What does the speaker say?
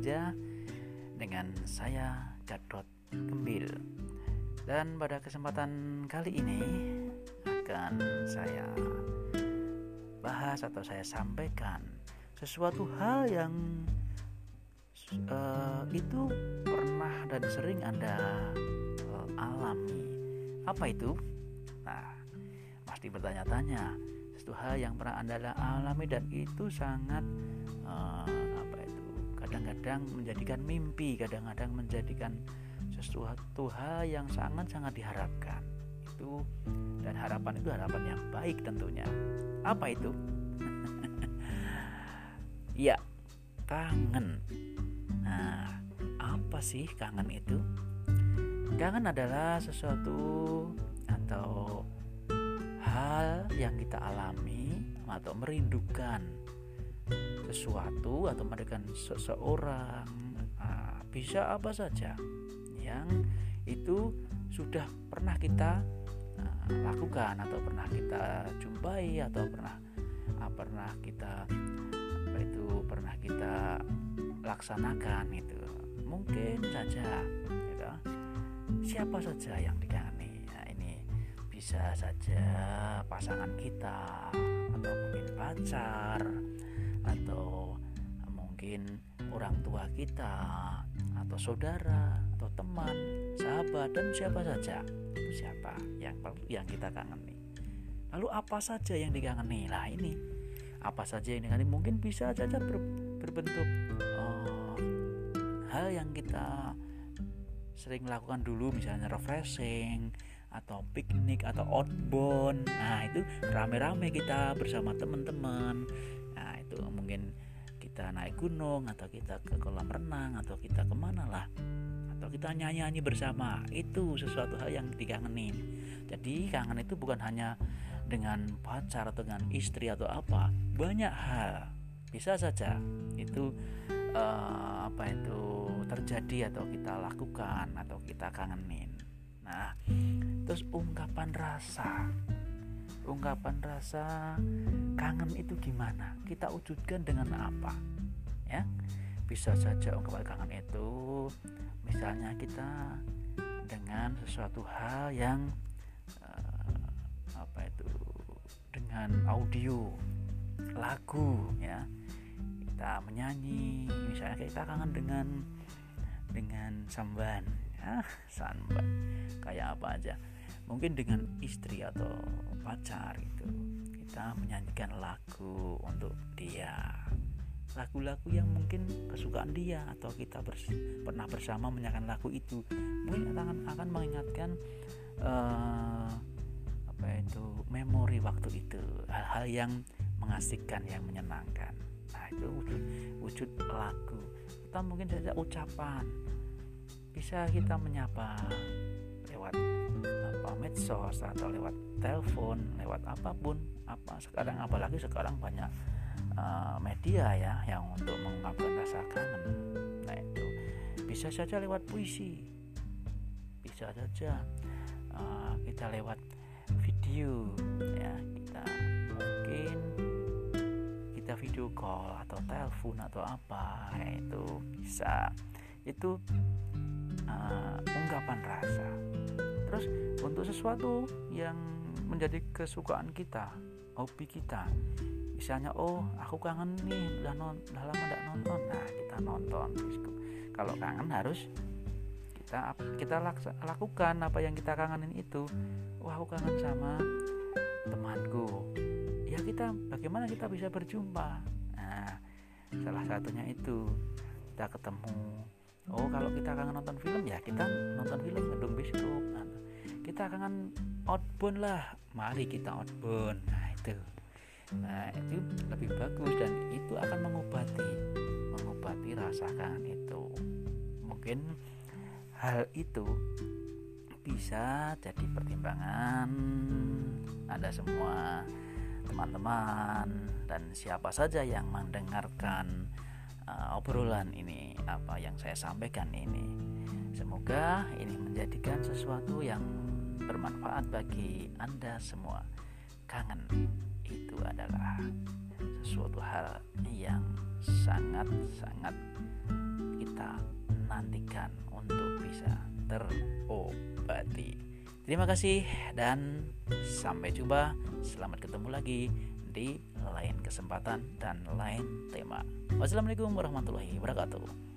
saja dengan saya Gatot Gembil. Dan pada kesempatan kali ini akan saya bahas atau saya sampaikan sesuatu hal yang itu pernah dan sering Anda alami. Apa itu? Nah, pasti bertanya-tanya, sesuatu hal yang pernah Anda alami dan itu sangat kadang-kadang menjadikan mimpi, kadang-kadang menjadikan sesuatu hal yang sangat-sangat diharapkan. Itu, dan harapan itu harapan yang baik tentunya. Apa itu? Ya, kangen. Nah, apa sih kangen itu? Kangen adalah sesuatu atau hal yang kita alami atau merindukan sesuatu atau merindukan seseorang, bisa apa saja yang itu sudah pernah kita lakukan atau pernah kita jumpai atau pernah kita laksanakan itu. Mungkin saja gitu. Siapa saja yang dikangeni. Nah, ini bisa saja pasangan kita atau mungkin pacar atau mungkin orang tua kita atau saudara atau teman, sahabat, dan siapa saja. Itu siapa yang kita kangeni. Lalu apa saja yang dikangeni? Lah ini apa saja yang dikangeni mungkin bisa saja berbentuk hal yang kita sering lakukan dulu, misalnya refreshing atau piknik atau outbound. Nah, itu rame-rame kita bersama teman-teman. Nah, itu mungkin kita naik gunung atau kita ke kolam renang atau kita kemana lah, atau kita nyanyi bersama. Itu sesuatu hal yang dikangenin. Jadi kangen itu bukan hanya dengan pacar atau dengan istri atau apa, banyak hal bisa saja itu terjadi atau kita lakukan atau kita kangenin. Nah, terus ungkapan rasa kangen itu gimana? Kita wujudkan dengan apa? Ya, bisa saja ungkapan kangen itu misalnya kita dengan sesuatu hal yang dengan audio, lagu, ya. Kita menyanyi, misalnya kita kangen dengan samban, ya, samban. Kayak apa aja. Mungkin dengan istri atau pacar itu kita menyanyikan lagu untuk dia, lagu-lagu yang mungkin kesukaan dia atau kita pernah bersama menyanyikan lagu itu. Mungkin akan mengingatkan memori waktu itu, hal-hal yang mengasihkan, yang menyenangkan. Nah, itu wujud lagu. Kita mungkin saja ucapan, bisa kita menyapa lewat medsos atau lewat telepon, lewat apapun. Apalagi sekarang banyak media ya yang untuk mengungkapkan rasa kangen. Nah, itu bisa saja lewat puisi, bisa saja kita lewat video, ya, kita video call atau telepon atau apa, itu bisa. Itu ungkapan rasa. Terus untuk sesuatu yang menjadi kesukaan kita, hobi kita, misalnya aku kangen nih, udah lama gak nonton. Nah, kita nonton bioskop. Kalau kangen harus kita lakukan apa yang kita kangenin itu. Aku kangen sama temanku. Ya, bagaimana kita bisa berjumpa? Nah, salah satunya itu kita ketemu. Kalau kita kangen nonton film, ya kita nonton film gedung bioskop. Kita kangen outbound lah, mari kita outbound. Nah, itu lebih bagus dan itu akan mengobati rasa kangen itu. Mungkin hal itu bisa jadi pertimbangan Anda semua, teman-teman, dan siapa saja yang mendengarkan obrolan ini, apa yang saya sampaikan ini. Semoga ini menjadikan sesuatu yang bermanfaat bagi Anda semua. Kangen itu adalah sesuatu hal yang sangat-sangat kita nantikan untuk bisa terobati. Terima kasih dan sampai jumpa. Selamat ketemu lagi di lain kesempatan dan lain tema. Wassalamualaikum warahmatullahi wabarakatuh.